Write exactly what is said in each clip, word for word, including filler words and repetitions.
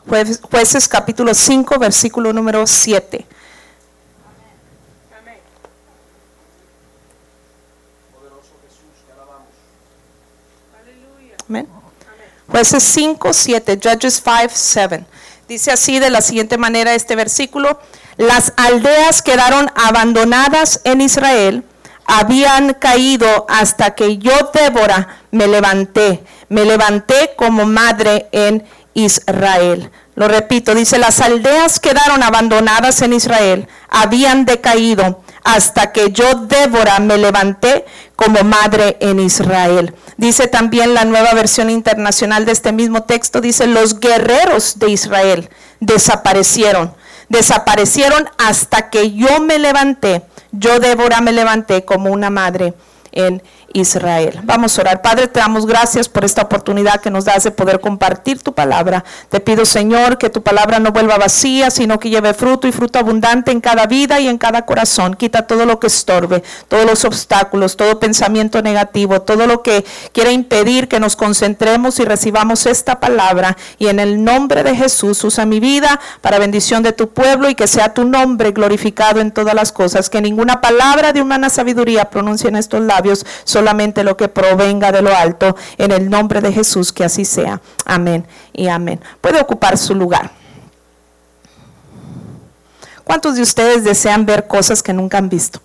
Jueces capítulo cinco, versículo número siete. Amén. Amén. Jueces cinco, siete. Judges cinco, siete. Dice así de la siguiente manera este versículo: las aldeas quedaron abandonadas en Israel, habían caído hasta que yo, Débora, me levanté, me levanté como madre en Israel. Lo repito, dice, las aldeas quedaron abandonadas en Israel, habían decaído hasta que yo, Débora, me levanté como madre en Israel. Dice también la Nueva Versión Internacional de este mismo texto, dice, los guerreros de Israel desaparecieron, desaparecieron hasta que yo me levanté, yo, Débora, me levanté como una madre en Israel. Vamos a orar. Padre, te damos gracias por esta oportunidad que nos das de poder compartir tu palabra. Te pido, Señor, que tu palabra no vuelva vacía, sino que lleve fruto y fruto abundante en cada vida y en cada corazón. Quita todo lo que estorbe, todos los obstáculos, todo pensamiento negativo, todo lo que quiera impedir que nos concentremos y recibamos esta palabra. Y en el nombre de Jesús, usa mi vida para bendición de tu pueblo y que sea tu nombre glorificado en todas las cosas. Que ninguna palabra de humana sabiduría pronuncie en estos labios, solamente lo que provenga de lo alto, en el nombre de Jesús, que así sea. Amén y amén. Puede ocupar su lugar. ¿Cuántos de ustedes desean ver cosas que nunca han visto?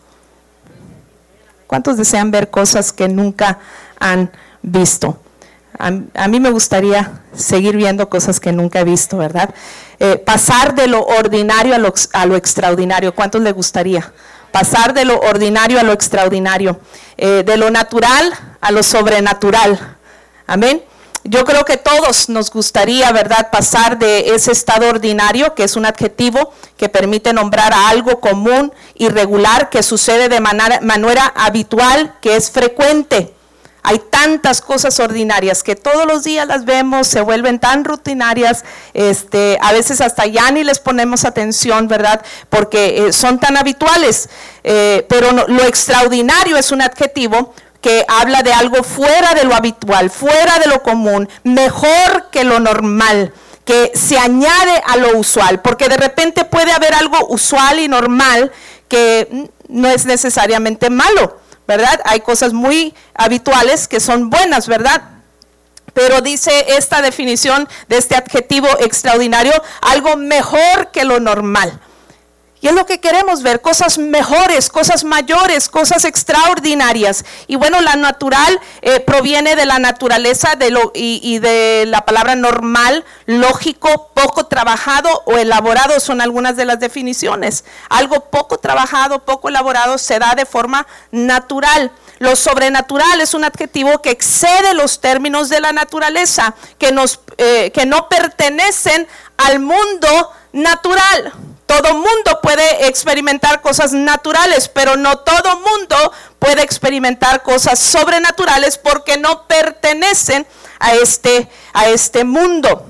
¿Cuántos desean ver cosas que nunca han visto? A, a mí me gustaría seguir viendo cosas que nunca he visto, ¿verdad? Eh, pasar de lo ordinario a lo, a lo extraordinario. ¿Cuántos les gustaría? Pasar de lo ordinario a lo extraordinario, eh, de lo natural a lo sobrenatural. Amén. Yo creo que todos nos gustaría, ¿verdad?, pasar de ese estado ordinario, que es un adjetivo que permite nombrar a algo común y regular que sucede de manera, manera habitual, que es frecuente. Hay tantas cosas ordinarias que todos los días las vemos, se vuelven tan rutinarias, este, a veces hasta ya ni les ponemos atención, ¿verdad? Porque eh, son tan habituales. Eh, pero no, lo extraordinario es un adjetivo que habla de algo fuera de lo habitual, fuera de lo común, mejor que lo normal, que se añade a lo usual, porque de repente puede haber algo usual y normal que no es necesariamente malo, ¿verdad? Hay cosas muy habituales que son buenas, ¿verdad? Pero dice esta definición de este adjetivo extraordinario, algo mejor que lo normal. Y es lo que queremos ver, cosas mejores, cosas mayores, cosas extraordinarias. Y bueno, la natural eh, proviene de la naturaleza de lo, y, y de la palabra normal, lógico, poco trabajado o elaborado son algunas de las definiciones. Algo poco trabajado, poco elaborado se da de forma natural. Lo sobrenatural es un adjetivo que excede los términos de la naturaleza, que, nos, eh, que no pertenecen al mundo natural. Todo mundo puede experimentar cosas naturales, pero no todo mundo puede experimentar cosas sobrenaturales porque no pertenecen a este, a este mundo.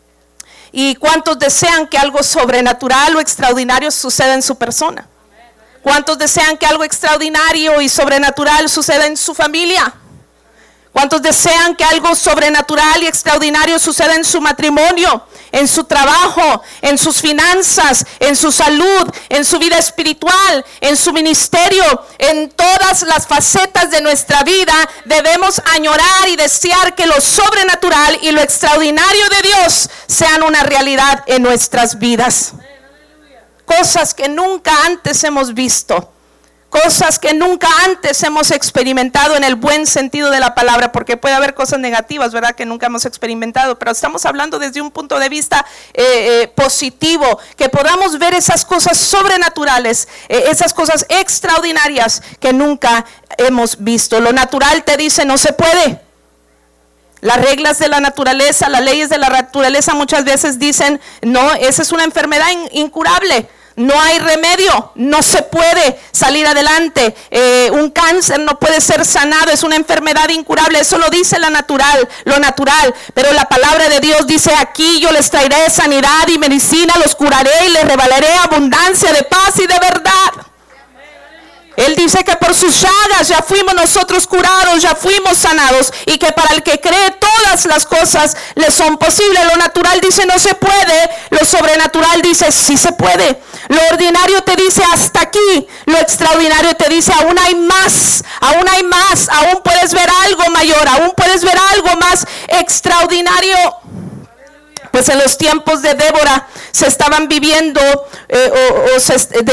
¿Y cuántos desean que algo sobrenatural o extraordinario suceda en su persona? ¿Cuántos desean que algo extraordinario y sobrenatural suceda en su familia? ¿Cuántos desean que algo sobrenatural y extraordinario suceda en su matrimonio, en su trabajo, en sus finanzas, en su salud, en su vida espiritual, en su ministerio, en todas las facetas de nuestra vida? Debemos añorar y desear que lo sobrenatural y lo extraordinario de Dios sean una realidad en nuestras vidas. Cosas que nunca antes hemos visto. Cosas que nunca antes hemos experimentado en el buen sentido de la palabra, porque puede haber cosas negativas, ¿verdad?, que nunca hemos experimentado, pero estamos hablando desde un punto de vista eh, eh, positivo, que podamos ver esas cosas sobrenaturales, eh, esas cosas extraordinarias que nunca hemos visto. Lo natural te dice no se puede. Las reglas de la naturaleza, las leyes de la naturaleza muchas veces dicen no, esa es una enfermedad in- incurable. No hay remedio, no se puede salir adelante, eh, un cáncer no puede ser sanado, es una enfermedad incurable. Eso lo dice la natural, lo natural, pero la palabra de Dios dice: aquí yo les traeré sanidad y medicina, los curaré y les revelaré abundancia de paz y de verdad. Él dice que por sus llagas ya fuimos nosotros curados, ya fuimos sanados, y que para el que cree todas las cosas le son posibles. Lo natural dice no se puede, lo sobrenatural dice sí se puede. Lo ordinario te dice hasta aquí, lo extraordinario te dice aún hay más, aún hay más, aún puedes ver algo mayor, aún puedes ver algo más extraordinario. Pues en los tiempos de Débora se estaban viviendo eh, o, o se, de,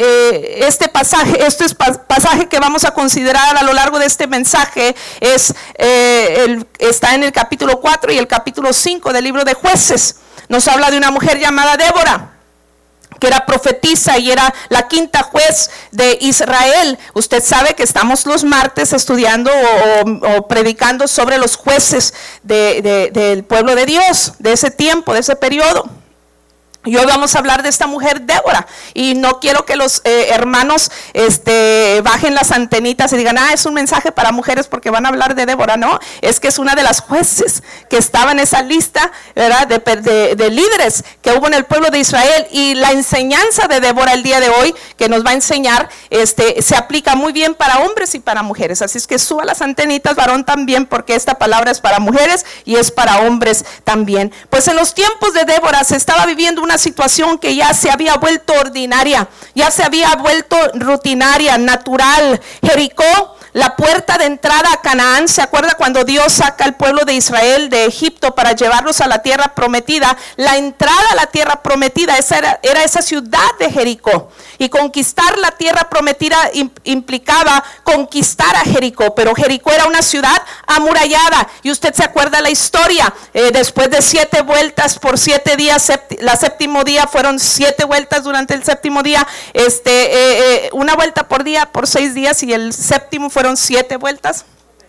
eh, este pasaje, este pasaje que vamos a considerar a lo largo de este mensaje es eh, el, está en el capítulo cuatro y el capítulo cinco del libro de Jueces. Nos habla de una mujer llamada Débora, que era profetisa y era la quinta juez de Israel. Usted sabe que estamos los martes estudiando o, o, o predicando sobre los jueces de, de, del pueblo de Dios, de ese tiempo, de ese periodo. Y hoy vamos a hablar de esta mujer Débora, y no quiero que los eh, hermanos este, bajen las antenitas y digan, ah, es un mensaje para mujeres porque van a hablar de Débora. No, es que es una de las jueces que estaba en esa lista, ¿verdad? De, de, de líderes que hubo en el pueblo de Israel, y la enseñanza de Débora el día de hoy que nos va a enseñar este, se aplica muy bien para hombres y para mujeres. Así es que suba las antenitas, varón, también, porque esta palabra es para mujeres y es para hombres también. Pues en los tiempos de Débora se estaba viviendo una situación que ya se había vuelto ordinaria, ya se había vuelto rutinaria, natural. Jericó, la puerta de entrada a Canaán, ¿se acuerda cuando Dios saca al pueblo de Israel de Egipto para llevarlos a la tierra prometida? La entrada a la tierra prometida, esa era, era esa ciudad de Jericó, y conquistar la tierra prometida implicaba conquistar a Jericó, pero Jericó era una ciudad amurallada, y usted se acuerda la historia, eh, después de siete vueltas por siete días, sept, la séptimo día fueron siete vueltas durante el séptimo día, este, eh, eh, una vuelta por día por seis días, y el séptimo fueron siete vueltas.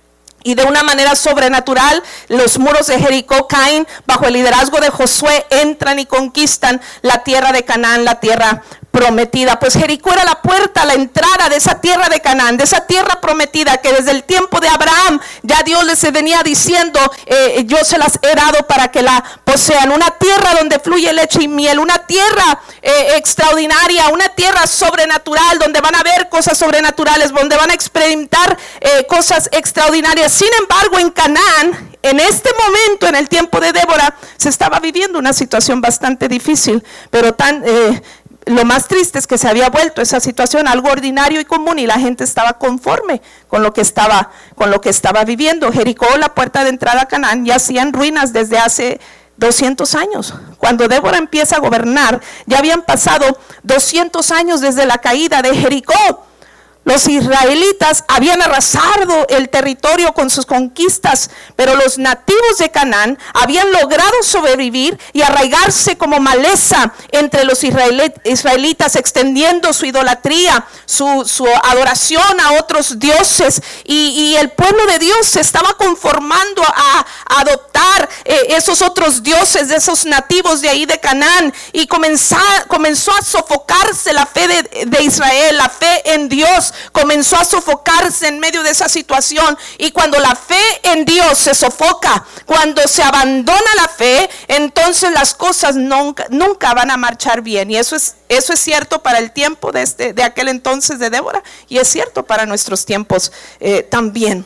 Y de una manera sobrenatural los muros de Jericó caen bajo el liderazgo de Josué, entran y conquistan la tierra de Canaán, la tierra prometida. Pues Jericó era la puerta, la entrada de esa tierra de Canaán, de esa tierra prometida que desde el tiempo de Abraham ya Dios les venía diciendo, eh, yo se las he dado para que la posean. Una tierra donde fluye leche y miel, una tierra eh, extraordinaria, una tierra sobrenatural, donde van a ver cosas sobrenaturales, donde van a experimentar eh, cosas extraordinarias. Sin embargo, en Canaán, en este momento, en el tiempo de Débora, se estaba viviendo una situación bastante difícil, pero tan... Eh, Lo más triste es que se había vuelto esa situación algo ordinario y común, y la gente estaba conforme con lo que estaba, con lo que estaba viviendo. Jericó, la puerta de entrada a Canaán, yacía en ruinas desde hace doscientos años. Cuando Débora empieza a gobernar, ya habían pasado doscientos años desde la caída de Jericó. Los israelitas habían arrasado el territorio con sus conquistas, pero los nativos de Canaán habían logrado sobrevivir y arraigarse como maleza entre los israelitas, extendiendo su idolatría, su, su adoración a otros dioses, y, y el pueblo de Dios se estaba conformando a, a adoptar eh, esos otros dioses de esos nativos de ahí de Canaán, y comenzó, comenzó a sofocarse la fe de, de Israel, la fe en Dios comenzó a sofocarse en medio de esa situación. Y cuando la fe en Dios se sofoca, cuando se abandona la fe, entonces las cosas nunca, nunca van a marchar bien. Y eso es, eso es cierto para el tiempo de, este, de aquel entonces de Débora, y es cierto para nuestros tiempos eh, también.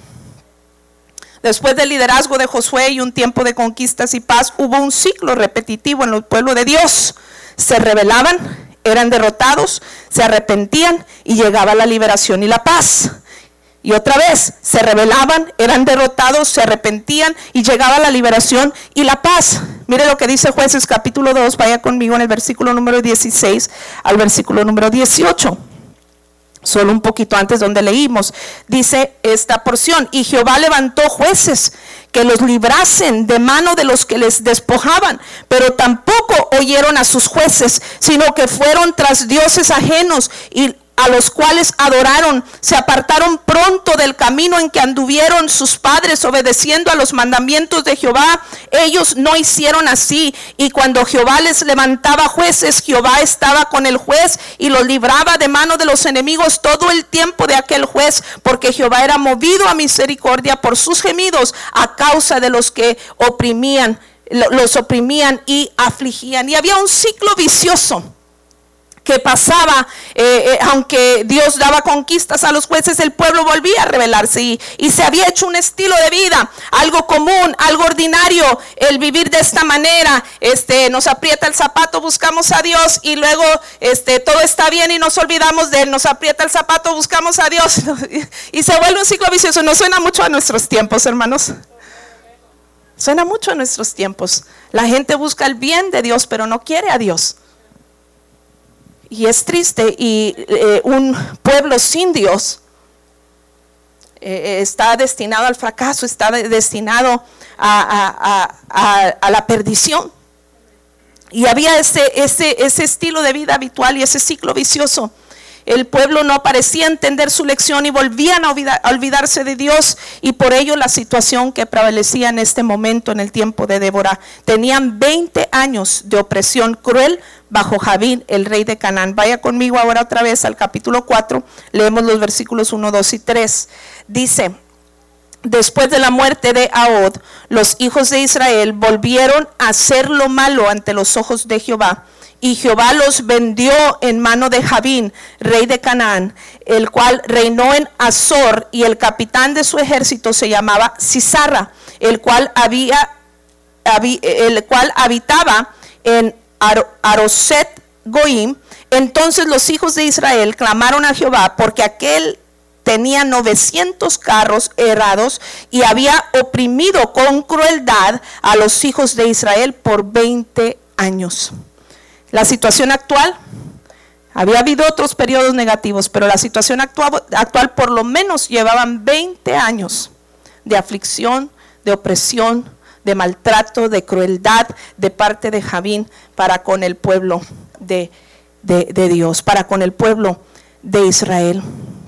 Después del liderazgo de Josué y un tiempo de conquistas y paz, hubo un ciclo repetitivo en el pueblo de Dios. Se rebelaban, eran derrotados, se arrepentían y llegaba la liberación y la paz. Y otra vez se rebelaban, eran derrotados, se arrepentían y llegaba la liberación y la paz. Mire lo que dice Jueces capítulo dos, vaya conmigo en el versículo número dieciséis al versículo número dieciocho. Solo un poquito antes donde leímos, dice esta porción: y Jehová levantó jueces que los librasen de mano de los que les despojaban, pero tampoco oyeron a sus jueces, sino que fueron tras dioses ajenos y a los cuales adoraron. Se apartaron pronto del camino en que anduvieron sus padres, obedeciendo a los mandamientos de Jehová. Ellos no hicieron así, y cuando Jehová les levantaba jueces, Jehová estaba con el juez y los libraba de mano de los enemigos todo el tiempo de aquel juez, porque Jehová era movido a misericordia por sus gemidos a causa de los que oprimían, los oprimían y afligían. Y había un ciclo vicioso que pasaba, eh, eh, aunque Dios daba conquistas a los jueces, el pueblo volvía a rebelarse y, y se había hecho un estilo de vida, algo común, algo ordinario, el vivir de esta manera. Este, nos aprieta el zapato, buscamos a Dios y luego este, todo está bien y nos olvidamos de él. Nos aprieta el zapato, buscamos a Dios y se vuelve un ciclo vicioso. Nos suena mucho a nuestros tiempos, hermanos. Suena mucho a nuestros tiempos. La gente busca el bien de Dios, pero no quiere a Dios. Y es triste, y eh, un pueblo sin Dios eh, está destinado al fracaso, está de, destinado a, a, a, a la perdición. Y había ese, ese, ese estilo de vida habitual y ese ciclo vicioso. El pueblo no parecía entender su lección y volvían a, olvidar, a olvidarse de Dios, y por ello la situación que prevalecía en este momento, en el tiempo de Débora, tenían veinte años de opresión cruel bajo Javín, el rey de Canaán. Vaya conmigo ahora otra vez al capítulo cuatro, leemos los versículos uno, dos y tres. Dice: después de la muerte de Ahod, los hijos de Israel volvieron a hacer lo malo ante los ojos de Jehová, y Jehová los vendió en mano de Javín, rey de Canaán, el cual reinó en Azor, y el capitán de su ejército se llamaba Sisara, el cual había, había el cual habitaba en Aroset Goim. Entonces los hijos de Israel clamaron a Jehová, porque aquel tenía novecientos carros herrados y había oprimido con crueldad a los hijos de Israel por veinte años. La situación actual, había habido otros periodos negativos, pero la situación actual, actual por lo menos llevaban veinte años de aflicción, de opresión, de maltrato, de crueldad de parte de Javín para con el pueblo de, de, de Dios, para con el pueblo de Israel.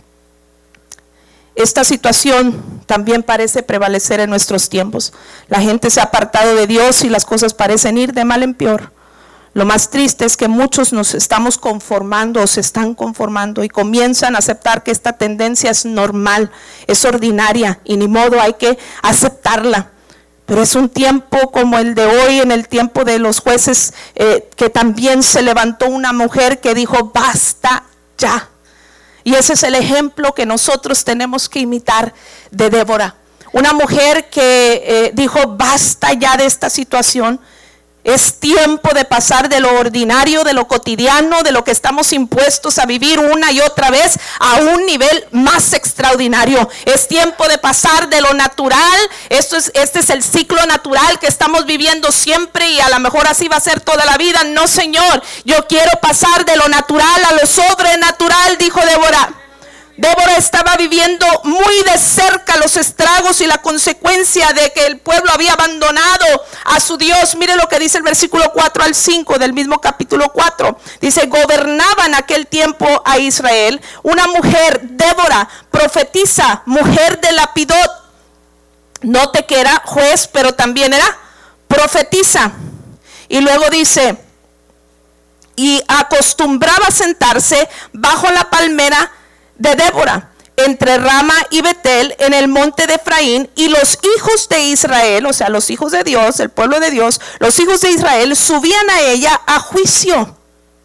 Esta situación también parece prevalecer en nuestros tiempos. La gente se ha apartado de Dios y las cosas parecen ir de mal en peor. Lo más triste es que muchos nos estamos conformando o se están conformando y comienzan a aceptar que esta tendencia es normal, es ordinaria y ni modo, hay que aceptarla. Pero es un tiempo como el de hoy, en el tiempo de los jueces, eh, que también se levantó una mujer que dijo: basta ya. Y ese es el ejemplo que nosotros tenemos que imitar de Débora. Una mujer que eh, dijo: basta ya de esta situación. Es tiempo de pasar de lo ordinario, de lo cotidiano, de lo que estamos impuestos a vivir una y otra vez, a un nivel más extraordinario. Es tiempo de pasar de lo natural. Esto es, este es el ciclo natural que estamos viviendo siempre, y a lo mejor así va a ser toda la vida. No, Señor, yo quiero pasar de lo natural a lo sobrenatural, dijo Débora. Débora estaba viviendo muy de cerca los estragos y la consecuencia de que el pueblo había abandonado a su Dios. Mire lo que dice el versículo cuatro al cinco del mismo capítulo cuatro. Dice: gobernaba en aquel tiempo a Israel una mujer, Débora, profetisa, mujer de Lapidot. Note que era juez, pero también era profetisa. Y luego dice: y acostumbraba sentarse bajo la palmera de Débora, entre Rama y Betel, en el monte de Efraín, y los hijos de Israel, o sea, los hijos de Dios, el pueblo de Dios, los hijos de Israel subían a ella a juicio.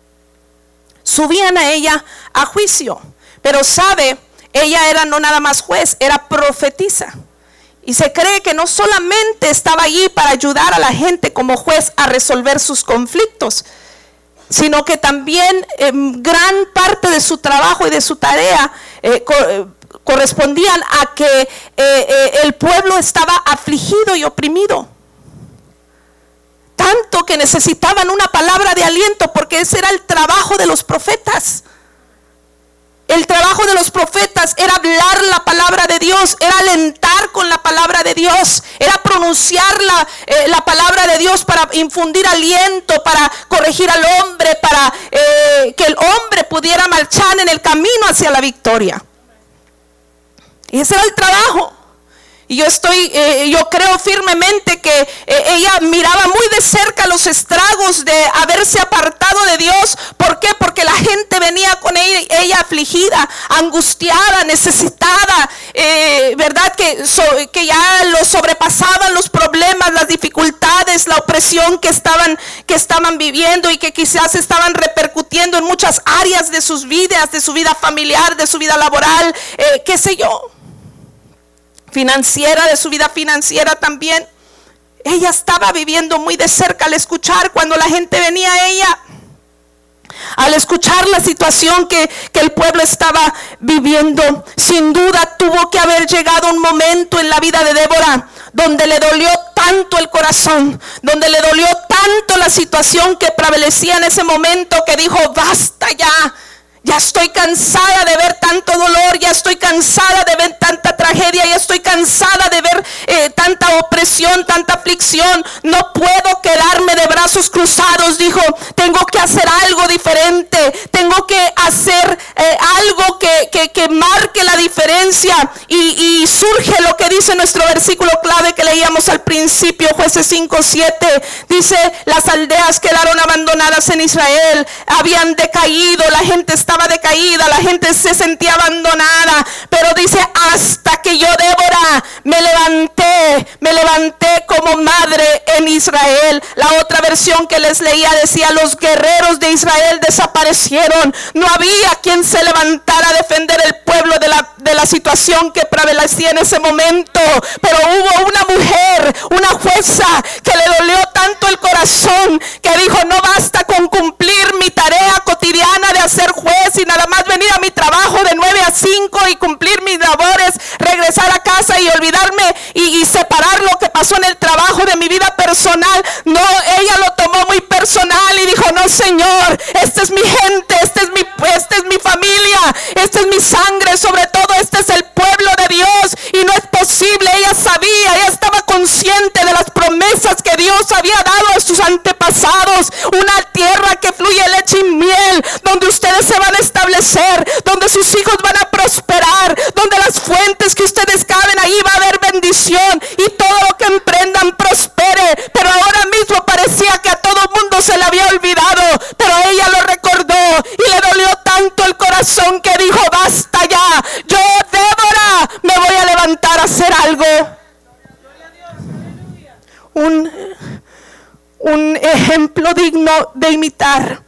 Subían a ella a juicio. Pero sabe, ella era no nada más juez, era profetisa. Y se cree que no solamente estaba allí para ayudar a la gente como juez a resolver sus conflictos, sino que también eh, gran parte de su trabajo y de su tarea eh, co eh, correspondían a que eh, eh, el pueblo estaba afligido y oprimido, tanto que necesitaban una palabra de aliento, porque ese era el trabajo de los profetas. El trabajo de los profetas era hablar la palabra de Dios, era alentar con la palabra de Dios, era pronunciar la, eh, la palabra de Dios para infundir aliento, para corregir al hombre, para eh, que el hombre pudiera marchar en el camino hacia la victoria. Y ese era el trabajo. Y yo estoy, eh, yo creo firmemente que eh, ella miraba muy de cerca los estragos de haberse apartado de Dios. ¿Por qué? Porque la gente venía con ella, ella afligida, angustiada, necesitada, eh, verdad que, so, que ya lo sobrepasaban los problemas, las dificultades, la opresión que estaban, que estaban viviendo y que quizás estaban repercutiendo en muchas áreas de sus vidas, de su vida familiar, de su vida laboral, eh, qué sé yo, financiera, de su vida financiera también. Ella estaba viviendo muy de cerca al escuchar cuando la gente venía a ella, al escuchar la situación que, que el pueblo estaba viviendo. Sin duda tuvo que haber llegado un momento en la vida de Débora donde le dolió tanto el corazón, donde le dolió tanto la situación que prevalecía en ese momento, que dijo: basta ya. Ya estoy cansada de ver tanto dolor, ya estoy cansada de ver tanta tragedia, ya estoy cansada de ver eh, tanta opresión, tanta aflicción. No puedo quedarme de brazos cruzados, dijo. Tengo que hacer algo diferente, tengo que hacer eh, algo que, que, que marque la diferencia. Y, y surge lo que dice nuestro versículo clave que leíamos al principio, Jueces cinco siete. Dice: las aldeas quedaron abandonadas en Israel, habían decaído, la gente estaba decaída, la gente se sentía abandonada, pero dice: hasta que yo, Débora, me levanté, me levanté como madre en Israel. La otra versión que les leía decía: los guerreros de Israel desaparecieron, no había quien se levantara a defender el pueblo de la, de la situación que prevalecía en ese momento, pero hubo una mujer, una jueza, que le dolió tanto el corazón, que dijo: no basta con cumplir mi tarea cotidiana de hacer juez y nada más venir a mi trabajo de nueve a cinco y cumplir mis labores, regresar a casa y olvidarme y, y separar lo que pasó en el trabajo de mi vida personal. No, ella lo tomó muy personal y dijo: no, Señor, esta es mi gente, esta es mi, esta es mi familia, esta es mi sangre, sobre todo este es el pueblo de Dios, y no es posible. Ella sabía, ella estaba consciente de las promesas que Dios había dado a sus antepasados, una tierra que fluye leche y miel, donde ustedes se van a establecer, donde sus hijos van a prosperar, donde las fuentes que ustedes caven ahí va a haber bendición y todo lo que emprendan prospere. Pero ahora mismo parecía que a todo el mundo se le había olvidado, pero ella lo recordó y le dolió tanto el corazón que dijo: basta ya, yo, Débora, me voy a levantar a hacer algo. Un, un ejemplo digno de imitar.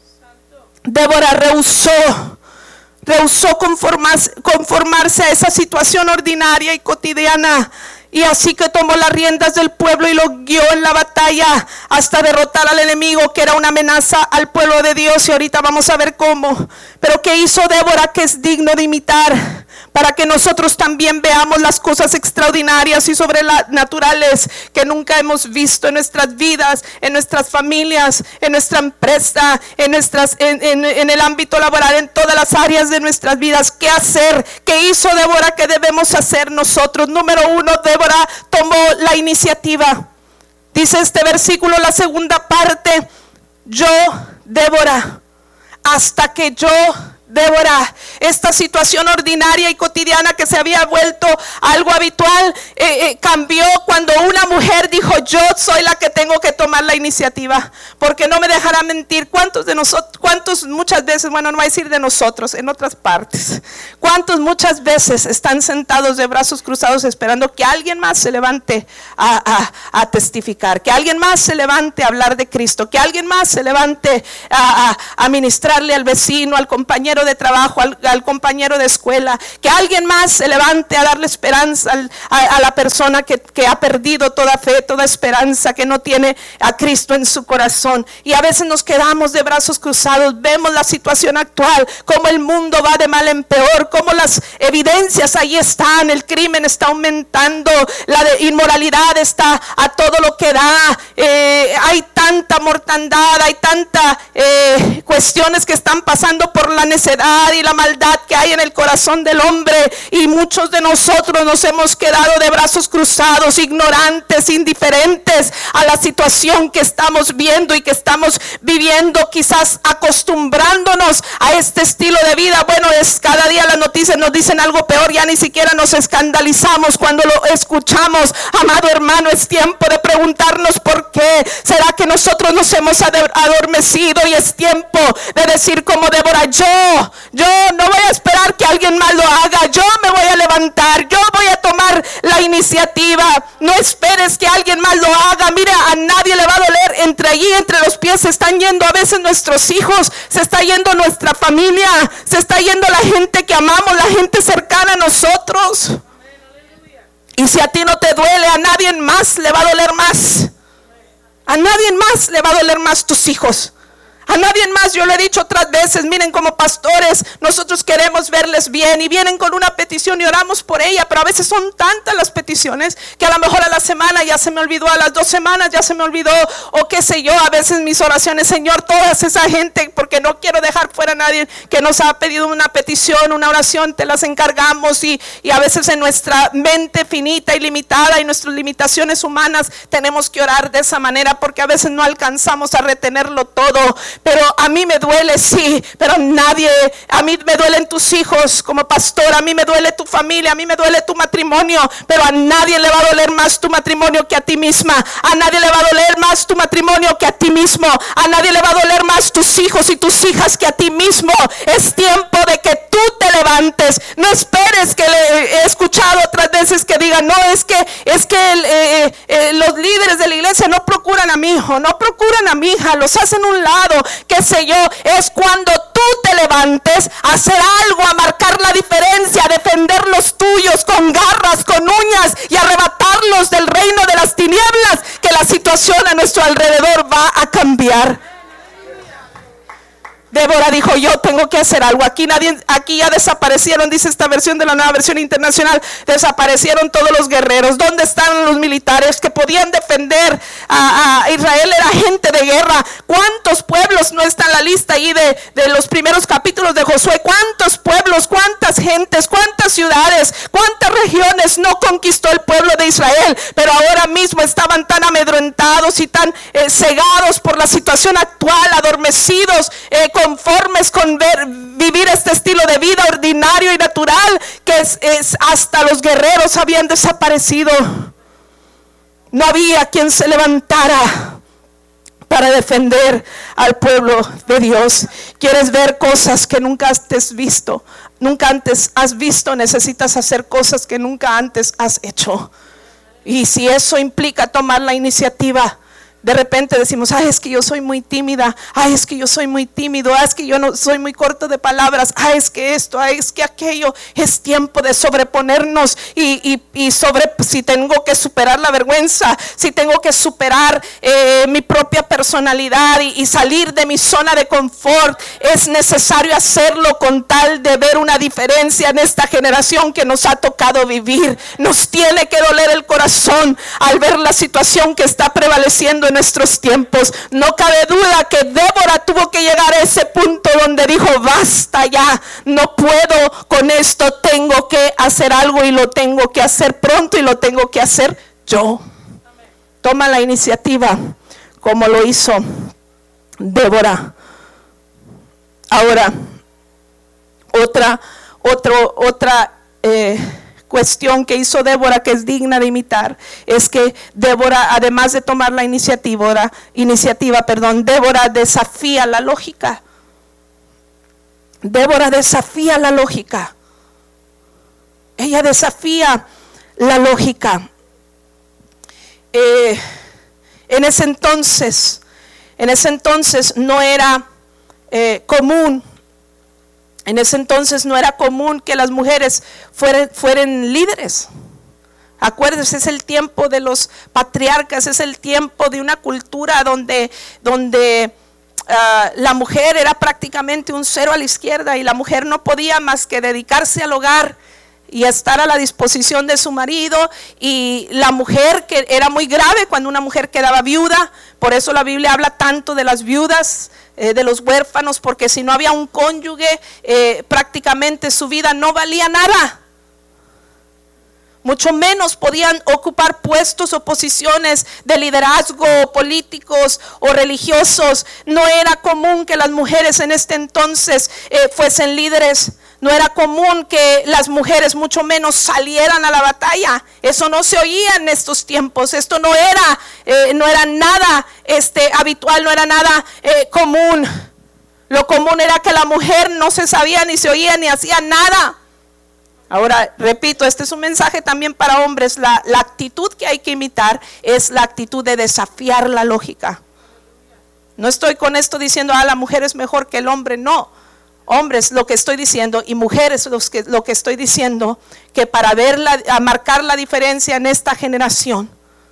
Débora rehusó, rehusó conformarse, conformarse a esa situación ordinaria y cotidiana. Y así que tomó las riendas del pueblo y lo guió en la batalla hasta derrotar al enemigo, que era una amenaza al pueblo de Dios. Y ahorita vamos a ver cómo. Pero ¿qué hizo Débora que es digno de imitar? Para que nosotros también veamos las cosas extraordinarias y sobrenaturales que nunca hemos visto en nuestras vidas, en nuestras familias, en nuestra empresa, en, nuestras, en, en, en el ámbito laboral, en todas las áreas de nuestras vidas. ¿Qué hacer? ¿Qué hizo Débora que debemos hacer nosotros? Número uno, Débora tomó la iniciativa. Dice este versículo, la segunda parte: yo, Débora, hasta que yo, Débora, esta situación ordinaria y cotidiana que se había vuelto algo habitual, eh, eh, cambió cuando una mujer dijo: yo soy la que tengo que tomar la iniciativa. Porque no me dejará mentir, ¿cuántos de nosotros, cuántos muchas veces, bueno, no voy a decir de nosotros, en otras partes, cuántos muchas veces están sentados de brazos cruzados esperando que alguien más se levante a, a, a testificar, que alguien más se levante a hablar de Cristo, que alguien más se levante a, a, a ministrarle al vecino, al compañero de trabajo, al, al compañero de escuela, que alguien más se levante a darle esperanza al, a, a la persona que, que ha perdido toda fe, toda esperanza, que no tiene a Cristo en su corazón. Y a veces nos quedamos de brazos cruzados, vemos la situación actual, cómo el mundo va de mal en peor, cómo las evidencias ahí están, el crimen está aumentando, la de inmoralidad está a todo lo que da, eh, hay tanta mortandad, hay tanta eh, cuestiones que están pasando por la necedad y la maldad que hay en el corazón del hombre, y muchos de nosotros nos hemos quedado de brazos cruzados, ignorantes, indiferentes a la situación que estamos viendo y que estamos viviendo, quizás acostumbrándonos a este estilo de vida. Bueno, es cada día las noticias nos dicen algo peor, ya ni siquiera nos escandalizamos cuando lo escuchamos. Amado hermano, es tiempo de preguntarnos por qué. ¿Será que nosotros nos hemos adormecido? Y es tiempo de decir como Débora: yo yo no voy a esperar que alguien más lo haga, yo me voy a levantar, yo voy a tomar la iniciativa. No esperes que alguien más lo haga. Mira, a nadie le va a doler. Entre allí, entre los pies se están yendo a veces nuestros hijos, se está yendo nuestra familia, se está yendo la gente que amamos, la gente cercana a nosotros. Y si a ti no te duele, a nadie más le va a doler más. A nadie más le va a doler más tus hijos. A nadie más. Yo lo he dicho otras veces. Miren, como pastores nosotros queremos verles bien y vienen con una petición y oramos por ella, pero a veces son tantas las peticiones que a lo mejor a la semana ya se me olvidó, a las dos semanas ya se me olvidó, o qué sé yo. A veces mis oraciones, Señor, toda esa gente, porque no quiero dejar fuera a nadie que nos ha pedido una petición, una oración, te las encargamos. Y, y a veces en nuestra mente finita y limitada y nuestras limitaciones humanas tenemos que orar de esa manera, porque a veces no alcanzamos a retenerlo todo. Pero a mí me duele, sí, pero nadie, a mí me duelen tus hijos como pastor, a mí me duele tu familia, a mí me duele tu matrimonio, pero a nadie le va a doler más tu matrimonio que a ti misma. A nadie le va a doler más tu matrimonio que a ti mismo. A nadie le va a doler más tus hijos y tus hijas que a ti mismo. Es tiempo de que tú te levantes. No esperes, que le he escuchado otras veces que digan, no, es que es que eh, eh, los líderes de la iglesia no procuran a mi hijo, no procuran a mi hija, los hacen a un lado, qué sé yo. Es cuando tú te levantes a hacer algo, a marcar la diferencia, a defender los tuyos con garras, con uñas, y arrebatarlos del reino de las tinieblas, que la situación a nuestro alrededor va a cambiar. Débora dijo, yo tengo que hacer algo. Aquí nadie, aquí ya desaparecieron, dice esta versión de la Nueva Versión Internacional, desaparecieron todos los guerreros. ¿Dónde están los militares que podían defender a, a Israel? Era gente de guerra. ¿Cuántos pueblos no está en la lista ahí de, de los primeros capítulos de Josué? ¿Cuántos pueblos, cuántas gentes, cuántas ciudades, cuántas regiones no conquistó el pueblo de Israel? Pero ahora mismo estaban tan amedrentados y tan eh, cegados por la situación actual, adormecidos, eh, conformes con ver, vivir este estilo de vida ordinario y natural, que es, es hasta los guerreros habían desaparecido. No había quien se levantara para defender al pueblo de Dios. ¿Quieres ver cosas que nunca antes visto? Nunca antes has visto. Necesitas hacer cosas que nunca antes has hecho. Y si eso implica tomar la iniciativa, de repente decimos, ay, es que yo soy muy tímida, ay, es que yo soy muy tímido, ay, es que yo no soy muy corto de palabras, ay, es que esto, ay, es que aquello. Es tiempo de sobreponernos y, y, y sobre, si tengo que superar la vergüenza, si tengo que superar eh, mi propia personalidad y, y salir de mi zona de confort, es necesario hacerlo con tal de ver una diferencia en esta generación que nos ha tocado vivir. Nos tiene que doler el corazón al ver la situación que está prevaleciendo en nuestros tiempos. No cabe duda que Débora tuvo que llegar a ese punto donde dijo, basta ya, no puedo con esto, tengo que hacer algo y lo tengo que hacer pronto y lo tengo que hacer yo. Toma la iniciativa como lo hizo Débora. Ahora, otra, otro, otra eh, cuestión que hizo Débora que es digna de imitar es que Débora, además de tomar la iniciativa, iniciativa, perdón, Débora desafía la lógica. Débora desafía la lógica. Ella desafía la lógica. Eh, en ese entonces, en ese entonces no era eh, común. En ese entonces no era común que las mujeres fueran, fueran líderes. Acuérdense, es el tiempo de los patriarcas, es el tiempo de una cultura donde, donde uh, la mujer era prácticamente un cero a la izquierda y la mujer no podía más que dedicarse al hogar y estar a la disposición de su marido. Y la mujer, que era muy grave cuando una mujer quedaba viuda, por eso la Biblia habla tanto de las viudas, eh, de los huérfanos, porque si no había un cónyuge, eh, prácticamente su vida no valía nada. Mucho menos podían ocupar puestos o posiciones de liderazgo, políticos o religiosos. No era común que las mujeres en este entonces eh, fuesen líderes. No era común que las mujeres mucho menos salieran a la batalla. Eso no se oía en estos tiempos. Esto no era, eh, no era nada este, habitual, no era nada eh, común. Lo común era que la mujer no se sabía, ni se oía, ni hacía nada. Ahora, repito, este es un mensaje también para hombres. La, la actitud que hay que imitar es la actitud de desafiar la lógica. No estoy con esto diciendo, ah, la mujer es mejor que el hombre. No, hombres, lo que estoy diciendo, y mujeres, los que, lo que estoy diciendo, que para ver la, a marcar la diferencia en esta generación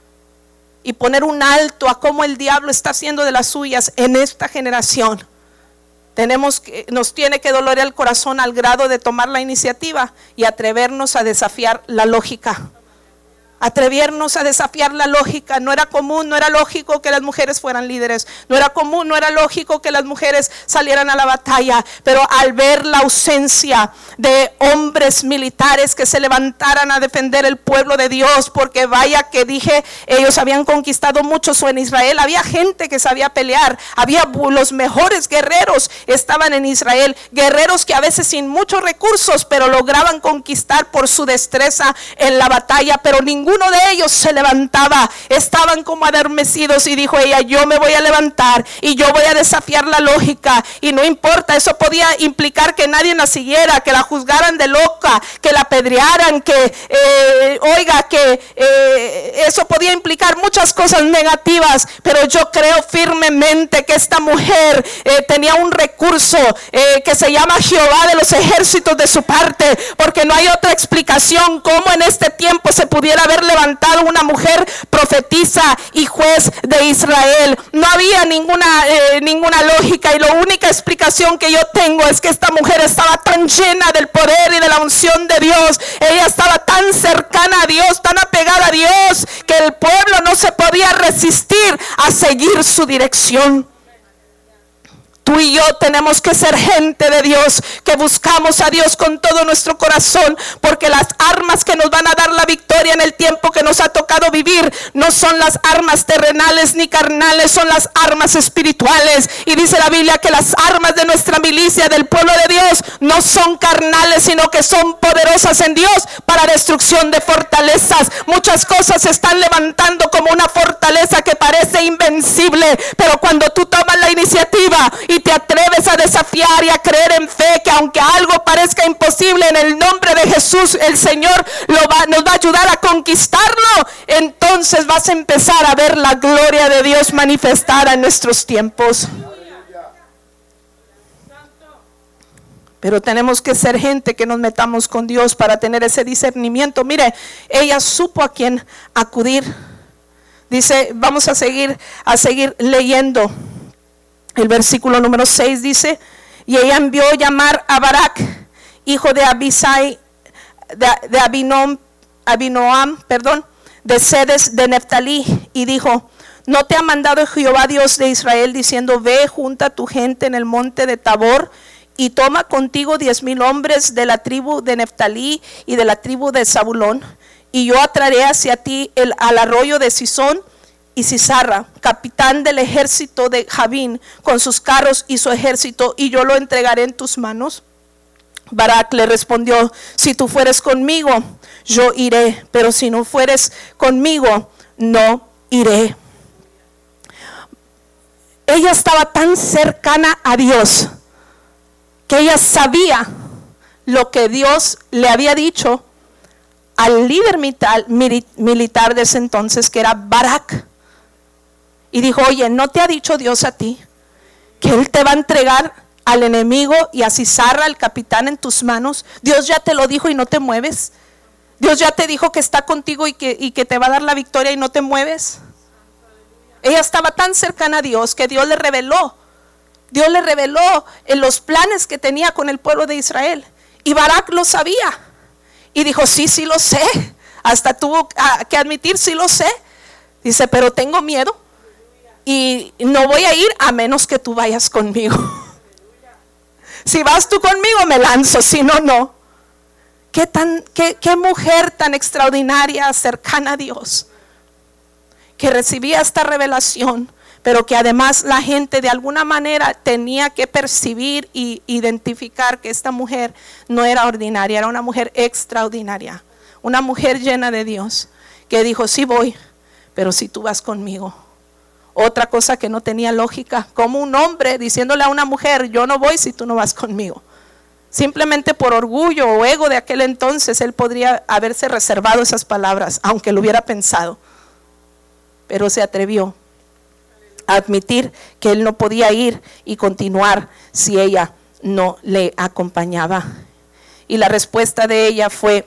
y poner un alto a cómo el diablo está haciendo de las suyas en esta generación, tenemos que, nos tiene que doler el corazón al grado de tomar la iniciativa y atrevernos a desafiar la lógica. Atrevernos a desafiar la lógica. No era común, no era lógico que las mujeres fueran líderes. No era común, no era lógico que las mujeres salieran a la batalla. Pero al ver la ausencia de hombres militares que se levantaran a defender el pueblo de Dios, porque vaya que dije, ellos habían conquistado muchos, o en Israel había gente que sabía pelear. Había los mejores guerreros estaban en Israel. Guerreros que a veces sin muchos recursos, pero lograban conquistar por su destreza en la batalla. Pero ninguno Uno de ellos se levantaba, estaban como adormecidos, y dijo ella, yo me voy a levantar y yo voy a desafiar la lógica. Y no importa, eso podía implicar que nadie la siguiera, que la juzgaran de loca, que la apedrearan, que eh, oiga, que eh, eso podía implicar muchas cosas negativas. Pero yo creo firmemente que esta mujer eh, tenía un recurso eh, que se llama Jehová de los ejércitos de su parte, porque no hay otra explicación cómo en este tiempo se pudiera haber levantado una mujer profetisa y juez de Israel. No había ninguna eh, ninguna lógica, y la única explicación que yo tengo es que esta mujer estaba tan llena del poder y de la unción de Dios. Ella estaba tan cercana a Dios, tan apegada a Dios, que el pueblo no se podía resistir a seguir su dirección. Tú y yo tenemos que ser gente de Dios, que buscamos a Dios con todo nuestro corazón, porque las armas que nos van a dar la victoria en el tiempo que nos ha tocado vivir no son las armas terrenales ni carnales, son las armas espirituales. Y dice la Biblia que las armas de nuestra milicia, del pueblo de Dios, no son carnales, sino que son poderosas en Dios para destrucción de fortalezas. Muchas cosas se están levantando como una fortaleza que parece invencible, pero cuando tú tomas la iniciativa y te atreves a desafiar y a creer en fe, que aunque algo parezca imposible, en el nombre de Jesús el Señor lo va, nos va a ayudar a conquistarlo, entonces vas a empezar a ver la gloria de Dios manifestada en nuestros tiempos. Pero tenemos que ser gente que nos metamos con Dios para tener ese discernimiento. Mire, ella supo a quién acudir. Dice, vamos a seguir a seguir leyendo. El versículo número seis dice, y ella envió llamar a Barak, hijo de Abisai, de, de Abinom, Abinoam, perdón, de Sedes de Neftalí, y dijo, ¿no te ha mandado Jehová Dios de Israel diciendo, ve, junta tu gente en el monte de Tabor y toma contigo diez mil hombres de la tribu de Neftalí y de la tribu de Zabulón, y yo atraeré hacia ti el, al arroyo de Sisón y Sisarra, capitán del ejército de Javín, con sus carros y su ejército, y yo lo entregaré en tus manos? Barak le respondió, si tú fueres conmigo, yo iré, pero si no fueres conmigo, no iré. Ella estaba tan cercana a Dios que ella sabía lo que Dios le había dicho al líder militar, militar de ese entonces, que era Barak. Y dijo, oye, ¿no te ha dicho Dios a ti que Él te va a entregar al enemigo y a Sisarra, el capitán, en tus manos? Dios ya te lo dijo y no te mueves. Dios ya te dijo que está contigo y que, y que te va a dar la victoria y no te mueves. Ella estaba tan cercana a Dios que Dios le reveló. Dios le reveló en los planes que tenía con el pueblo de Israel. Y Barak lo sabía. Y dijo, sí, sí lo sé. Hasta tuvo que admitir, sí lo sé. Dice, pero tengo miedo. Y no voy a ir a menos que tú vayas conmigo. Si vas tú conmigo me lanzo, si no, no. Qué, tan, qué, qué mujer tan extraordinaria, cercana a Dios, que recibía esta revelación, pero que además la gente de alguna manera tenía que percibir y identificar que esta mujer no era ordinaria, era una mujer extraordinaria, una mujer llena de Dios, que dijo, sí voy, pero si tú vas conmigo. Otra cosa que no tenía lógica, como un hombre diciéndole a una mujer, yo no voy si tú no vas conmigo. Simplemente por orgullo o ego de aquel entonces, él podría haberse reservado esas palabras, aunque lo hubiera pensado. Pero se atrevió a admitir que él no podía ir y continuar si ella no le acompañaba. Y la respuesta de ella fue,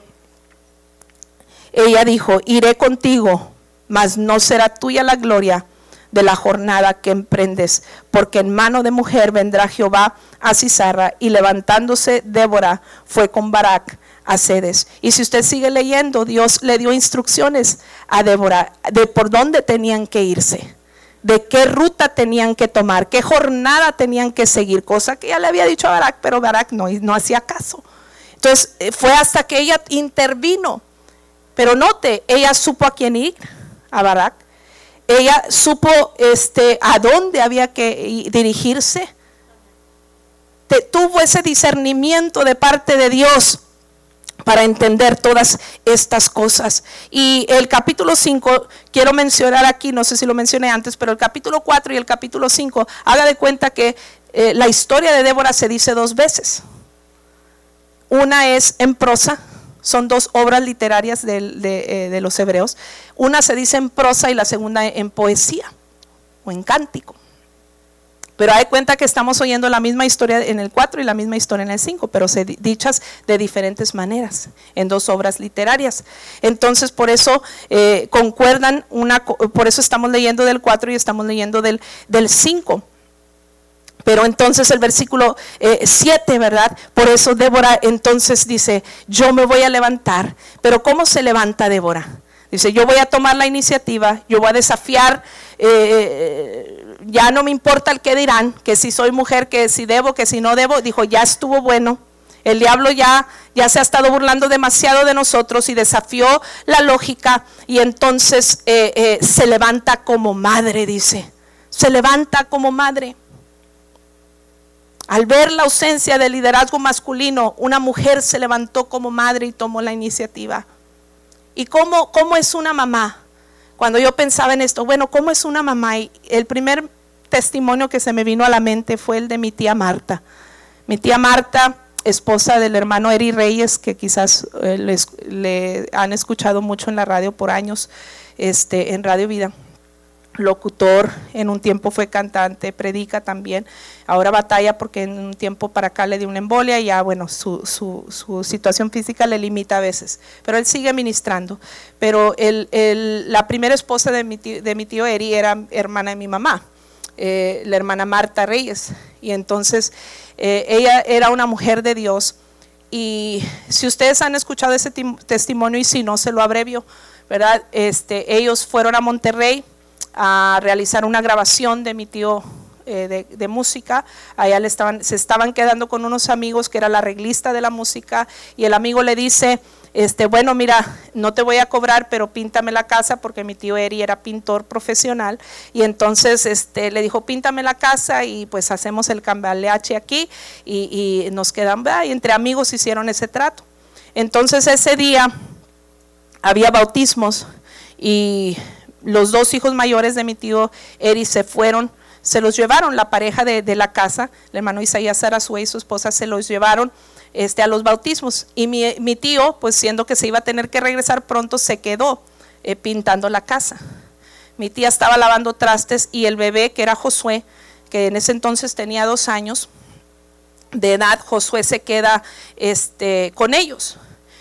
ella dijo, iré contigo, mas no será tuya la gloria de la jornada que emprendes, porque en mano de mujer vendrá Jehová a Sisara. Y levantándose Débora fue con Barak a Cedes. Y si usted sigue leyendo, Dios le dio instrucciones a Débora de por dónde tenían que irse, de qué ruta tenían que tomar, qué jornada tenían que seguir, cosa que ya le había dicho a Barak, pero Barak no, no hacía caso. Entonces fue hasta que ella intervino. Pero note, ella supo a quién ir, a Barak. Ella supo este, a dónde había que dirigirse. Te, tuvo ese discernimiento de parte de Dios para entender todas estas cosas. Y el capítulo cinco, quiero mencionar aquí, no sé si lo mencioné antes, pero el capítulo cuatro y el capítulo cinco, haga de cuenta que eh, la historia de Débora se dice dos veces. Una es en prosa. Son dos obras literarias de, de, eh, de los hebreos. Una se dice en prosa y la segunda en poesía o en cántico. Pero hay cuenta que estamos oyendo la misma historia en el cuatro y la misma historia en el cinco, pero se dichas de diferentes maneras, en dos obras literarias. Entonces por eso eh, concuerdan, una, por eso estamos leyendo del cuatro y estamos leyendo del, del cinco. Pero entonces el versículo siete, eh, ¿verdad? Por eso Débora entonces dice, yo me voy a levantar. Pero ¿cómo se levanta Débora? Dice, yo voy a tomar la iniciativa, yo voy a desafiar, eh, ya no me importa el que dirán, que si soy mujer, que si debo, que si no debo. Dijo, ya estuvo bueno. El diablo ya, ya se ha estado burlando demasiado de nosotros y desafió la lógica. Y entonces eh, eh, se levanta como madre, dice. Se levanta como madre. Al ver la ausencia de liderazgo masculino, una mujer se levantó como madre y tomó la iniciativa. ¿Y cómo, cómo es una mamá? Cuando yo pensaba en esto, bueno, ¿cómo es una mamá? Y el primer testimonio que se me vino a la mente fue el de mi tía Marta. Mi tía Marta, esposa del hermano Eri Reyes, que quizás eh, les, le han escuchado mucho en la radio por años, este, en Radio Vida. Locutor, en un tiempo fue cantante, predica también, ahora batalla porque en un tiempo para acá le dio una embolia y ya bueno, su, su, su situación física le limita a veces, pero él sigue ministrando. Pero el, el, la primera esposa de mi tío, de mi tío Eri era hermana de mi mamá, eh, la hermana Marta Reyes, y entonces eh, ella era una mujer de Dios. Y si ustedes han escuchado ese testimonio y si no, se lo abrevio, ¿verdad? Este, ellos fueron a Monterrey a realizar una grabación de mi tío eh, de, de música. Allá le estaban, se estaban quedando con unos amigos que era la arreglista de la música, y el amigo le dice, este, bueno mira, no te voy a cobrar, pero píntame la casa, porque mi tío Eri era pintor profesional, y entonces este, le dijo, píntame la casa y pues hacemos el cambaleache aquí, y, y nos quedan, ¿verdad? Y entre amigos hicieron ese trato. Entonces ese día había bautismos y los dos hijos mayores de mi tío Eri se fueron, se los llevaron, la pareja de, de la casa, el hermano Isaías Sarasue y su esposa se los llevaron este, a los bautismos. Y mi, mi tío, pues siendo que se iba a tener que regresar pronto, se quedó eh, pintando la casa. Mi tía estaba lavando trastes y el bebé, que era Josué, que en ese entonces tenía dos años de edad, Josué se queda este, con ellos.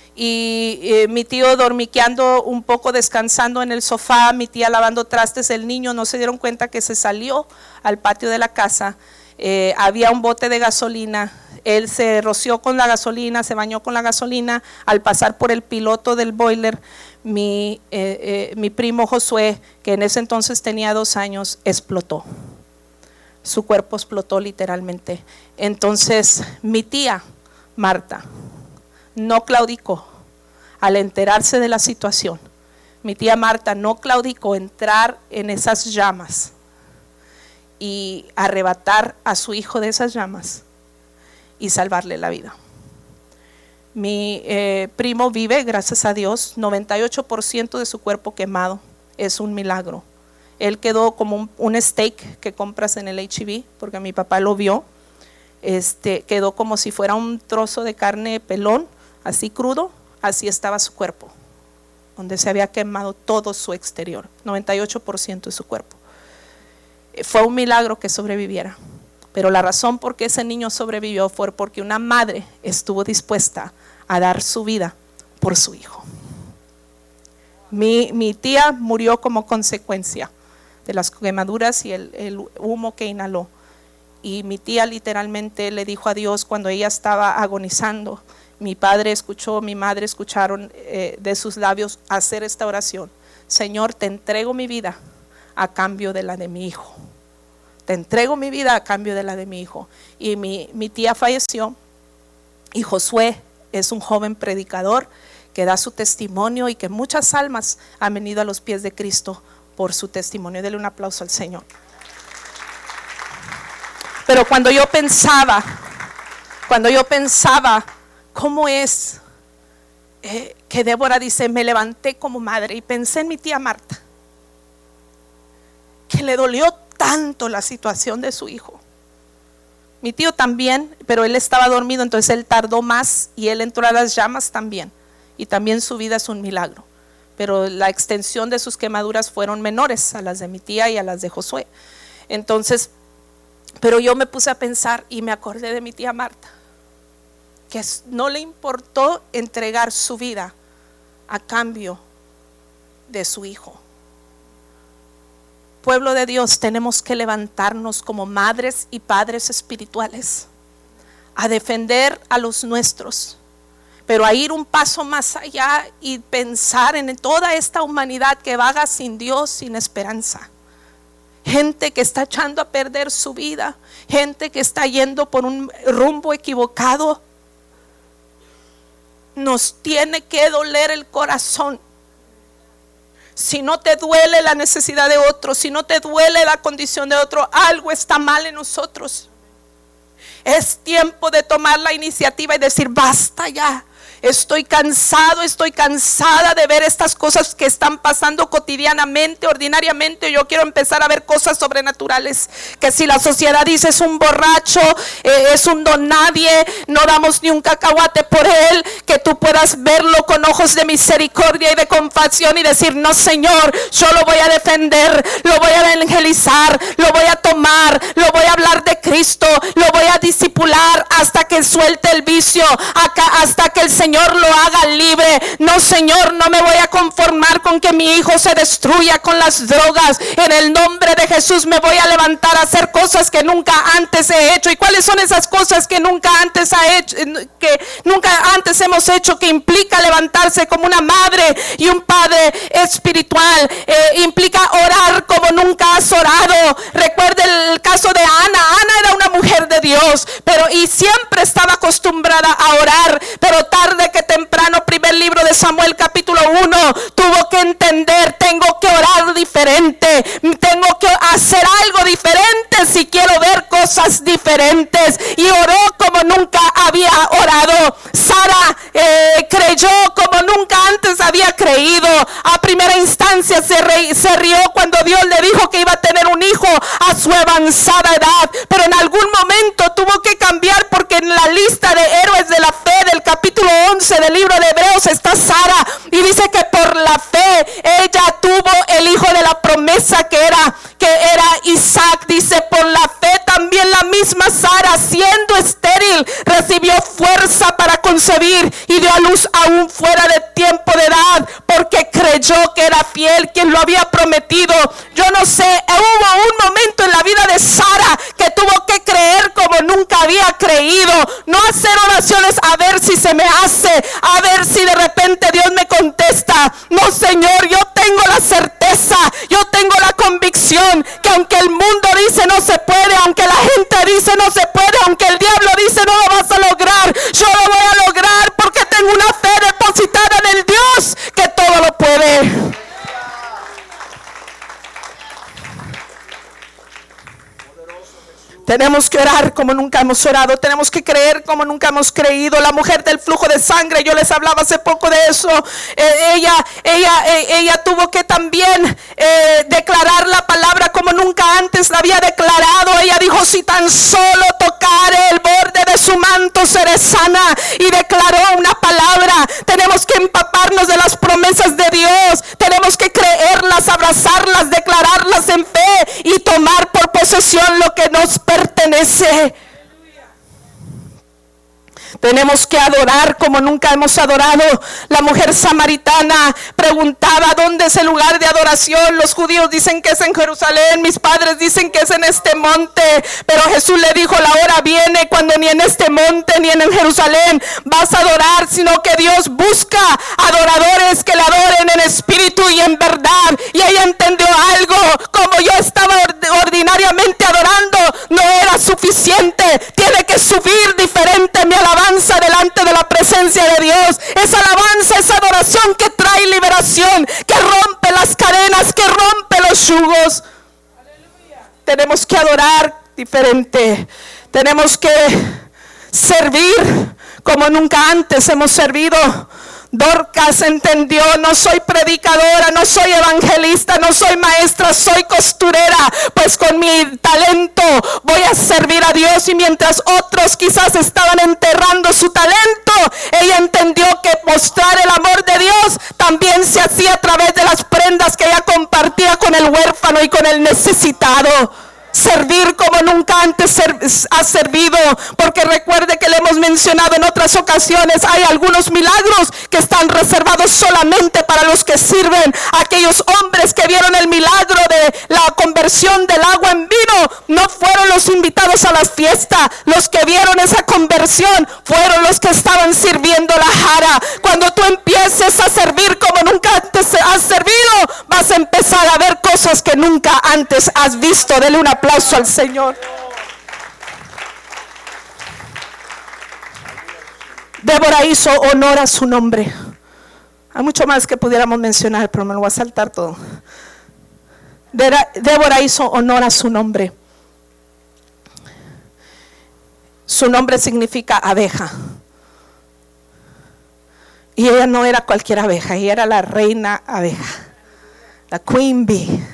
Y eh, mi tío dormiqueando un poco, descansando en el sofá, mi tía lavando trastes, el niño no se dieron cuenta que se salió al patio de la casa, eh, había un bote de gasolina, él se roció con la gasolina, se bañó con la gasolina, al pasar por el piloto del boiler, mi, eh, eh, mi primo Josué, que en ese entonces tenía dos años, explotó, su cuerpo explotó literalmente. Entonces mi tía Marta no claudicó al enterarse de la situación. Mi tía Marta no claudicó entrar en esas llamas y arrebatar a su hijo de esas llamas y salvarle la vida. Mi eh, primo vive, gracias a Dios, noventa y ocho por ciento de su cuerpo quemado, es un milagro. Él quedó como un, un steak que compras en el H E B, porque mi papá lo vio. Este, quedó como si fuera un trozo de carne pelón, así crudo, así estaba su cuerpo, donde se había quemado todo su exterior, noventa y ocho por ciento de su cuerpo. Fue un milagro que sobreviviera, pero la razón por qué ese niño sobrevivió fue porque una madre estuvo dispuesta a dar su vida por su hijo. Mi, mi tía murió como consecuencia de las quemaduras y el, el humo que inhaló. Y mi tía literalmente le dijo a Dios cuando ella estaba agonizando. Mi padre escuchó, mi madre escucharon eh, de sus labios hacer esta oración: Señor, te entrego mi vida a cambio de la de mi hijo. Te entrego mi vida a cambio de la de mi hijo. Y mi, mi tía falleció, y Josué es un joven predicador que da su testimonio y que muchas almas han venido a los pies de Cristo por su testimonio. Dele un aplauso al Señor. Pero cuando yo pensaba, cuando yo pensaba, ¿cómo es eh, que Débora dice, me levanté como madre? Y pensé en mi tía Marta, que le dolió tanto la situación de su hijo. Mi tío también, pero él estaba dormido, entonces él tardó más y él entró a las llamas también. Y también su vida es un milagro. Pero la extensión de sus quemaduras fueron menores a las de mi tía y a las de Josué. Entonces, pero yo me puse a pensar y me acordé de mi tía Marta, que no le importó entregar su vida a cambio de su hijo. Pueblo de Dios, tenemos que levantarnos como madres y padres espirituales a defender a los nuestros, pero a ir un paso más allá y pensar en toda esta humanidad que vaga sin Dios, sin esperanza. Gente que está echando a perder su vida, gente que está yendo por un rumbo equivocado. Nos tiene que doler el corazón. Si no te duele la necesidad de otro, si no te duele la condición de otro, algo está mal en nosotros. Es tiempo de tomar la iniciativa y decir, basta ya. Estoy cansado, estoy cansada de ver estas cosas que están pasando cotidianamente, ordinariamente. Yo quiero empezar a ver cosas sobrenaturales. Que si la sociedad dice es un borracho, eh, es un don nadie, no damos ni un cacahuate por él, que tú puedas verlo con ojos de misericordia y de compasión y decir, no Señor, yo lo voy a defender, lo voy a evangelizar, lo voy a tomar, lo voy a hablar de Cristo, lo voy a discipular hasta que suelte el vicio, hasta que el Señor Señor lo haga libre. No Señor, no me voy a conformar con que mi hijo se destruya con las drogas. En el nombre de Jesús me voy a levantar a hacer cosas que nunca antes he hecho. ¿Y cuáles son esas cosas que nunca antes ha hecho, que nunca antes hemos hecho, que implica levantarse como una madre y un padre espiritual? Eh, implica orar como nunca has orado. Recuerde el caso de Ana. Ana era una mujer de Dios, pero y siempre estaba acostumbrada a orar, pero tarde que temprano, primer libro de Samuel capítulo uno, tuvo que entender, tengo que orar diferente, tengo que hacer algo diferente si quiero ver cosas diferentes. Y oró como nunca había orado. Sara eh, creyó como nunca antes había creído. A primera instancia se, re, se rió cuando Dios le dijo que iba a tener un hijo a su avanzada edad, pero en algún momento tuvo que cambiar, porque en la lista de héroes de la fe del capítulo once del libro de Hebreos está Sara, y dice que por la fe ella tuvo el hijo de la promesa que era que era Isaac. Dice, por la fe también la misma Sara, siendo estéril, recibió fuerza para concebir y dio a luz aún fuera de tiempo de edad, porque creyó que era fiel quien lo había prometido. Yo no sé, hubo un momento en la vida de Sara que tuvo que creer como nunca había creído, no hacer oraciones a ver si se me hace, a ver si de repente Dios me contesta. No Señor, yo tengo la certeza, yo tengo la convicción que aunque el mundo dice no se puede, aunque la gente dice no se puede, aunque el diablo dice no lo vas a lograr, yo lo voy a lograr, porque tengo una fe depositada en el Dios que todo lo puede. Tenemos que orar como nunca hemos orado. Tenemos que creer como nunca hemos creído. La mujer del flujo de sangre, yo les hablaba hace poco de eso. Eh, ella, ella, eh, ella tuvo que también eh, declarar la palabra como nunca antes la había declarado. Ella dijo: si tan solo tocare el borde de su manto seré sana. Y declaró una palabra. Tenemos que empaparnos de las promesas de Dios. Tenemos que creerlas, abrazarlas, declararlas en fe y tomar por posesión lo que nos pertenece. Tenemos que adorar como nunca hemos adorado. La mujer samaritana preguntaba: ¿dónde es el lugar de adoración? Los judíos dicen que es en Jerusalén, mis padres dicen que es en este monte. Pero Jesús le dijo: la hora viene cuando ni en este monte ni en Jerusalén vas a adorar, sino que Dios busca adoradores que le adoren en espíritu y en verdad. Y ella entendió algo: como yo estaba ordinariamente adorando, no era suficiente. Tiene que subir diferente mi alabanza delante de la presencia de Dios. Esa alabanza, esa adoración que trae liberación, que rompe las cadenas, que rompe los yugos. Aleluya. Tenemos que adorar diferente. Tenemos que servir como nunca antes hemos servido. Dorcas entendió: no soy predicadora, no soy evangelista, no soy maestra, soy costurera, pues con mi talento voy a servir a Dios. Y mientras otros quizás estaban enterrando su talento, ella entendió que mostrar el amor de Dios también se hacía a través de las prendas que ella compartía con el huérfano y con el necesitado. Servir como nunca antes ser, ha servido, porque recuerde que le hemos mencionado en otras ocasiones, hay algunos milagros que están reservados solamente para los que sirven. Aquellos hombres que vieron el milagro de la conversión del agua en vino no fueron los invitados a la fiesta. Los que vieron esa conversión fueron los que estaban sirviendo la jara. Cuando tú empieces a servir como nunca antes has servido, vas a empezar a ver cosas que nunca antes has visto. Dele un aplauso al Señor. Débora hizo honor a su nombre. Hay mucho más que pudiéramos mencionar, pero me lo voy a saltar todo. Débora hizo honor a su nombre. Su nombre significa abeja. Y ella no era cualquier abeja, ella era la reina abeja, la Queen Bee,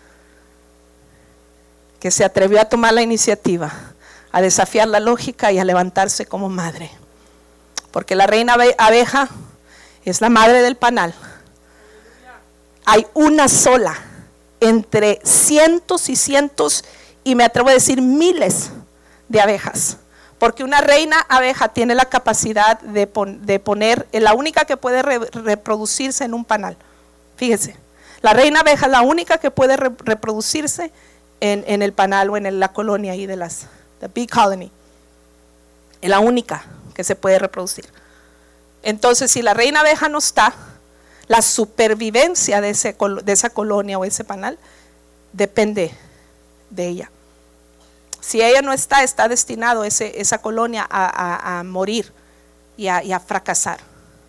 que se atrevió a tomar la iniciativa, a desafiar la lógica y a levantarse como madre. Porque la reina abeja es la madre del panal. Hay una sola entre cientos y cientos, y me atrevo a decir miles de abejas. Porque una reina abeja tiene la capacidad de, pon, de poner, es la única que puede re, reproducirse en un panal. Fíjese, la reina abeja es la única que puede re, reproducirse en, en el panal o en el, la colonia ahí de las, the bee colony. Es la única que se puede reproducir. Entonces, si la reina abeja no está, la supervivencia de, ese, de esa colonia o ese panal depende de ella. Si ella no está, está destinado ese, esa colonia a, a, a morir y a, y a fracasar.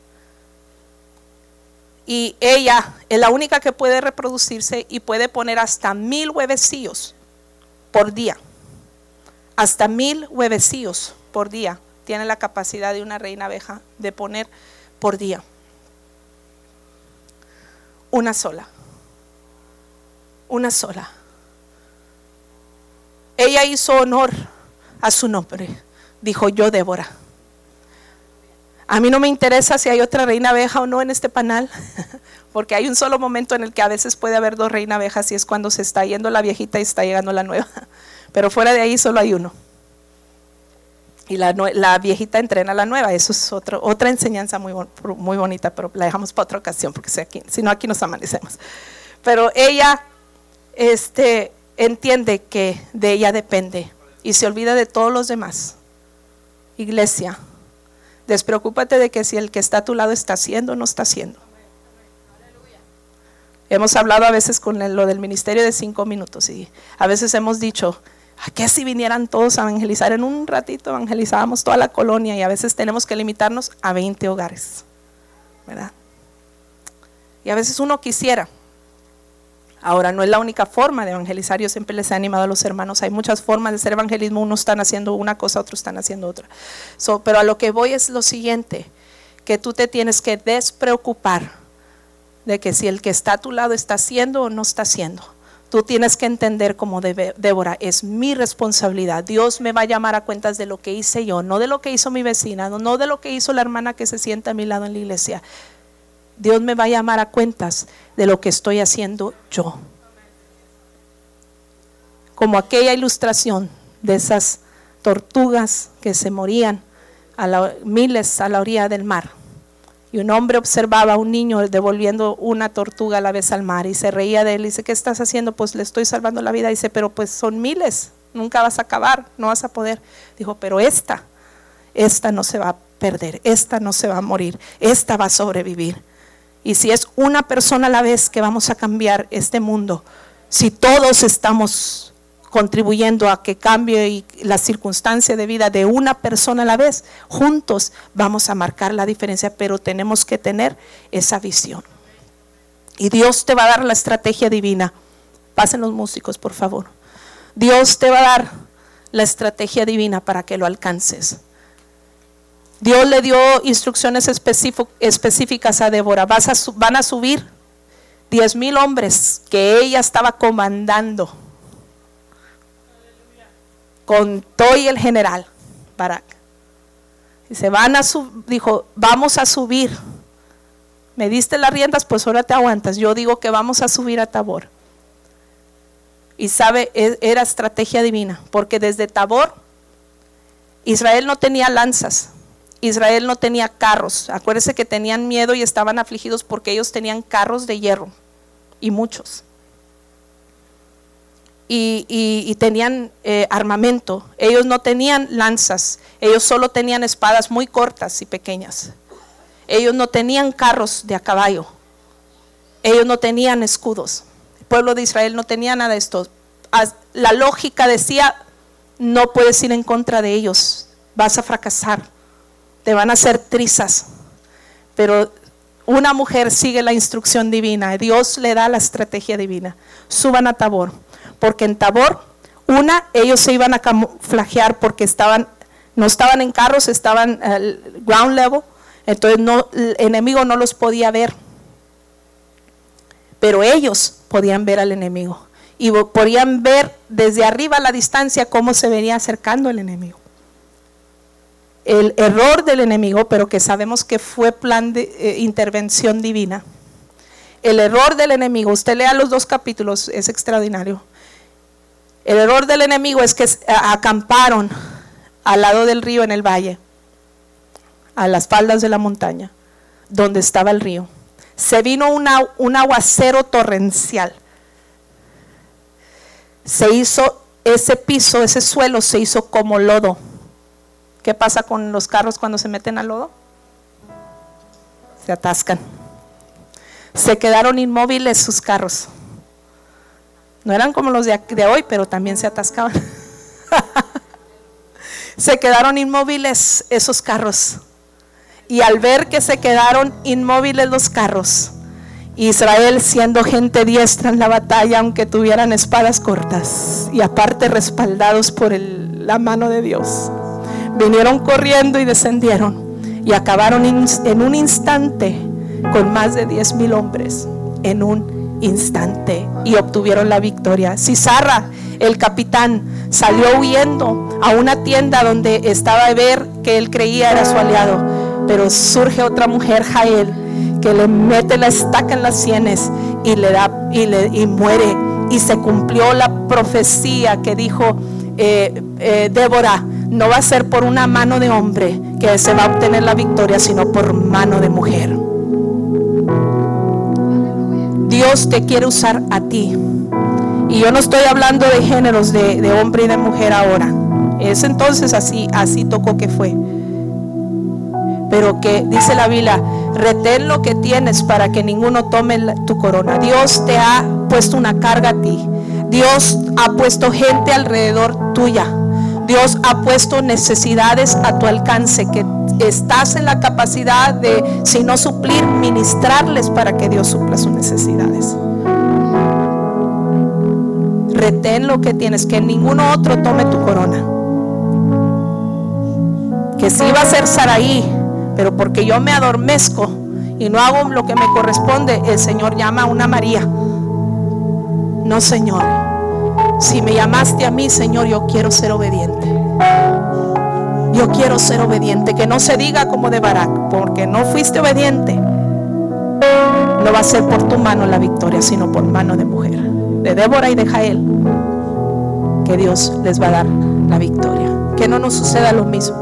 Y ella es la única que puede reproducirse y puede poner hasta mil huevecillos por día. Hasta mil huevecillos por día tiene la capacidad de una reina abeja de poner por día. Una sola. Una sola. Ella hizo honor a su nombre. Dijo: yo, Débora. A mí no me interesa si hay otra reina abeja o no en este panal, porque hay un solo momento en el que a veces puede haber dos reinas abejas, y es cuando se está yendo la viejita y está llegando la nueva. Pero fuera de ahí solo hay uno. Y la, la viejita entrena a la nueva. Eso es otro, otra enseñanza muy, muy bonita, pero la dejamos para otra ocasión, porque si, aquí, si no aquí nos amanecemos. Pero ella este, entiende que de ella depende y se olvida de todos los demás. Iglesia, despreocúpate de que si el que está a tu lado está haciendo o no está haciendo. Hemos hablado a veces con el, lo del ministerio de cinco minutos y a veces hemos dicho: ¿a qué si vinieran todos a evangelizar? En un ratito evangelizábamos toda la colonia, y a veces tenemos que limitarnos a veinte hogares, ¿verdad? Y a veces uno quisiera Ahora, no es la única forma de evangelizar. Yo siempre les he animado a los hermanos. Hay muchas formas de hacer evangelismo. Unos están haciendo una cosa, otros están haciendo otra. So, pero a lo que voy es lo siguiente, que tú te tienes que despreocupar de que si el que está a tu lado está haciendo o no está haciendo. Tú tienes que entender como Débora, es mi responsabilidad. Dios me va a llamar a cuentas de lo que hice yo, no de lo que hizo mi vecina, no de lo que hizo la hermana que se sienta a mi lado en la iglesia. Dios me va a llamar a cuentas de lo que estoy haciendo yo. Como aquella ilustración de esas tortugas que se morían a la, miles a la orilla del mar. Y un hombre observaba a un niño devolviendo una tortuga a la vez al mar y se reía de él. Y dice, ¿qué estás haciendo? Pues le estoy salvando la vida. Y dice, pero pues son miles, nunca vas a acabar, no vas a poder. Dijo, pero esta, esta no se va a perder, esta no se va a morir, esta va a sobrevivir. Y si es una persona a la vez que vamos a cambiar este mundo, si todos estamos contribuyendo a que cambie la circunstancia de vida de una persona a la vez, juntos vamos a marcar la diferencia, pero tenemos que tener esa visión. Y Dios te va a dar la estrategia divina. Pasen los músicos, por favor. Dios te va a dar la estrategia divina para que lo alcances. Dios le dio instrucciones específicas a Débora. Vas a, van a subir diez mil hombres que ella estaba comandando con Toy el general Barak. Y se van a subir, dijo, vamos a subir. Me diste las riendas, pues ahora te aguantas. Yo digo que vamos a subir a Tabor. Y sabe, era estrategia divina, porque desde Tabor Israel no tenía lanzas. Israel no tenía carros. Acuérdense que tenían miedo y estaban afligidos porque ellos tenían carros de hierro y muchos. Y, y, y tenían eh, armamento. Ellos no tenían lanzas. Ellos solo tenían espadas muy cortas y pequeñas. Ellos no tenían carros de a caballo. Ellos no tenían escudos. El pueblo de Israel no tenía nada de esto. La lógica decía, no puedes ir en contra de ellos. Vas a fracasar. Te van a hacer trizas, pero una mujer sigue la instrucción divina. Dios le da la estrategia divina. Suban a Tabor, porque en Tabor, una, ellos se iban a camuflajear porque estaban, no estaban en carros, estaban al ground level, entonces no, el enemigo no los podía ver, pero ellos podían ver al enemigo y podían ver desde arriba a la distancia cómo se venía acercando el enemigo. El error del enemigo, pero que sabemos que fue plan de eh, intervención divina. El error del enemigo, usted lea los dos capítulos, es extraordinario. El error del enemigo es que acamparon al lado del río en el valle, a las faldas de la montaña, donde estaba el río. Se vino una, un aguacero torrencial. Se hizo ese piso, ese suelo se hizo como lodo. ¿Qué pasa con los carros cuando se meten al lodo? Se atascan. Se quedaron inmóviles sus carros. No eran como los de, de hoy, pero también se atascaban. Se quedaron inmóviles esos carros. Y al ver que se quedaron inmóviles los carros, Israel, siendo gente diestra en la batalla, aunque tuvieran espadas cortas y aparte respaldados por el, la mano de Dios, vinieron corriendo y descendieron y acabaron in, en un instante con más de diez mil hombres, en un instante, y obtuvieron la victoria. Sisara, el capitán, salió huyendo a una tienda donde estaba Eber, que él creía era su aliado, pero surge otra mujer, Jael, que le mete la estaca en las sienes y le da y, le, y muere, y se cumplió la profecía que dijo eh, eh, Débora: no va a ser por una mano de hombre que se va a obtener la victoria, sino por mano de mujer. Dios te quiere usar a ti. Y yo no estoy hablando de géneros de, de hombre y de mujer ahora. Es entonces así, así tocó que fue. Pero que dice la Biblia: retén lo que tienes para que ninguno tome la, tu corona. Dios te ha puesto una carga a ti. Dios ha puesto gente alrededor tuya. Dios ha puesto necesidades a tu alcance que estás en la capacidad de, si no suplir, ministrarles para que Dios supla sus necesidades. retén lo que tienes, que ninguno otro tome tu corona. Que sí va a ser Saraí, pero porque yo me adormezco y no hago lo que me corresponde, el Señor llama a una María. No, Señor, si me llamaste a mí, Señor, yo quiero ser obediente. Yo quiero ser obediente. Que no se diga como de Barak, porque no fuiste obediente. No va a ser por tu mano la victoria, sino por mano de mujer, de Débora y de Jael, que Dios les va a dar la victoria. Que no nos suceda lo mismo.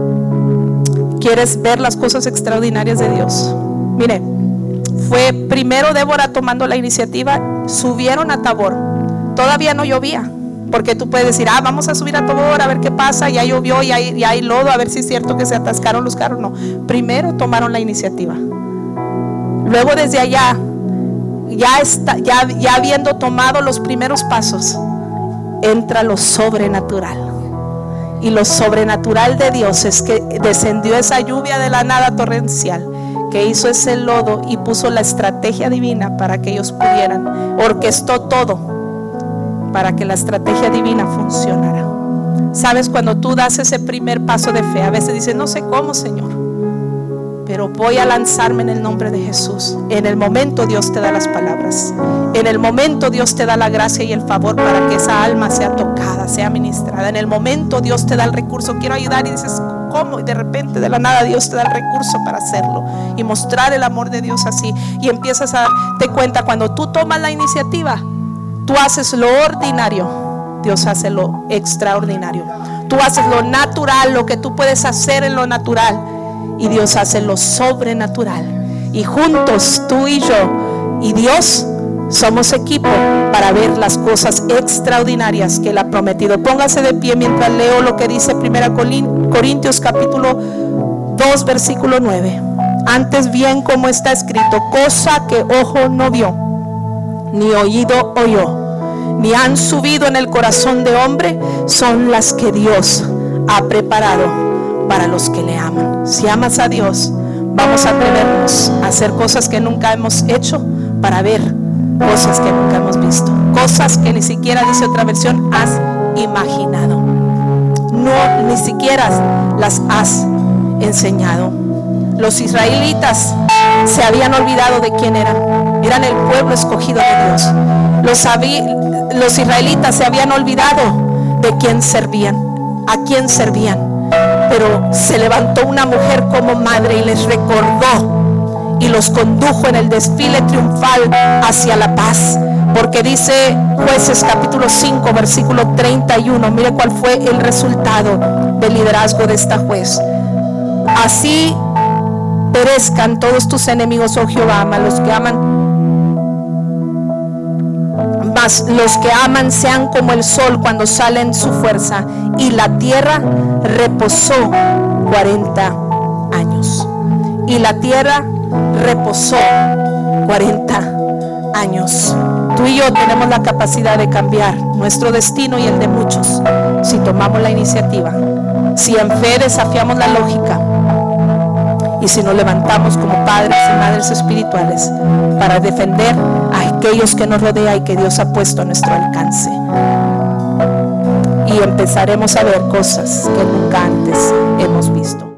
¿Quieres ver las cosas extraordinarias de Dios? Mire, fue primero Débora tomando la iniciativa. Subieron a Tabor. Todavía no llovía, porque tú puedes decir, ah, vamos a subir a Tabor a ver qué pasa. Ya llovió, ya hay, ya hay lodo, a ver si es cierto que se atascaron los carros. No, primero tomaron la iniciativa. Luego desde allá, ya, está, ya, ya habiendo tomado los primeros pasos, entra lo sobrenatural. Y lo sobrenatural de Dios es que descendió esa lluvia de la nada torrencial, que hizo ese lodo y puso la estrategia divina para que ellos pudieran, orquestó todo para que la estrategia divina funcionara. Sabes, cuando tú das ese primer paso de fe, a veces dices, no sé cómo, Señor, pero voy a lanzarme en el nombre de Jesús. En el momento Dios te da las palabras. En el momento Dios te da la gracia y el favor para que esa alma sea tocada, sea ministrada. En el momento Dios te da el recurso. Quiero ayudar, y dices, ¿cómo? Y de repente de la nada Dios te da el recurso para hacerlo y mostrar el amor de Dios así. Y empiezas a darte cuenta, cuando tú tomas la iniciativa, tú haces lo ordinario, Dios hace lo extraordinario. Tú haces lo natural, lo que tú puedes hacer en lo natural, y Dios hace lo sobrenatural. Y juntos, tú y yo y Dios, somos equipo para ver las cosas extraordinarias que Él ha prometido. Póngase de pie mientras leo lo que dice primera Corintios capítulo dos versículo nueve. Antes bien, como está escrito, cosa que ojo no vio, ni oído oyó, ni han subido en el corazón de hombre, son las que Dios ha preparado para los que le aman. Si amas a Dios, vamos a atrevernos a hacer cosas que nunca hemos hecho, para ver cosas que nunca hemos visto, cosas que ni siquiera, dice otra versión, has imaginado. No, ni siquiera las has enseñado. Los israelitas se habían olvidado de quién eran. Eran el pueblo escogido de Dios. Los, los israelitas se habían olvidado de quién servían, a quién servían. Pero se levantó una mujer como madre y les recordó y los condujo en el desfile triunfal hacia la paz. Porque dice Jueces capítulo cinco versículo treinta y uno, mire cuál fue el resultado del liderazgo de esta juez. Así perezcan todos tus enemigos, oh Jehová, mas los que aman mas los que aman sean como el sol cuando sale en su fuerza. Y la tierra reposó cuarenta años. Y la tierra reposó cuarenta años. Tú y yo tenemos la capacidad de cambiar nuestro destino y el de muchos, si tomamos la iniciativa, si en fe desafiamos la lógica, y si nos levantamos como padres y madres espirituales para defender a aquellos que nos rodean y que Dios ha puesto a nuestro alcance. Y empezaremos a ver cosas que nunca antes hemos visto.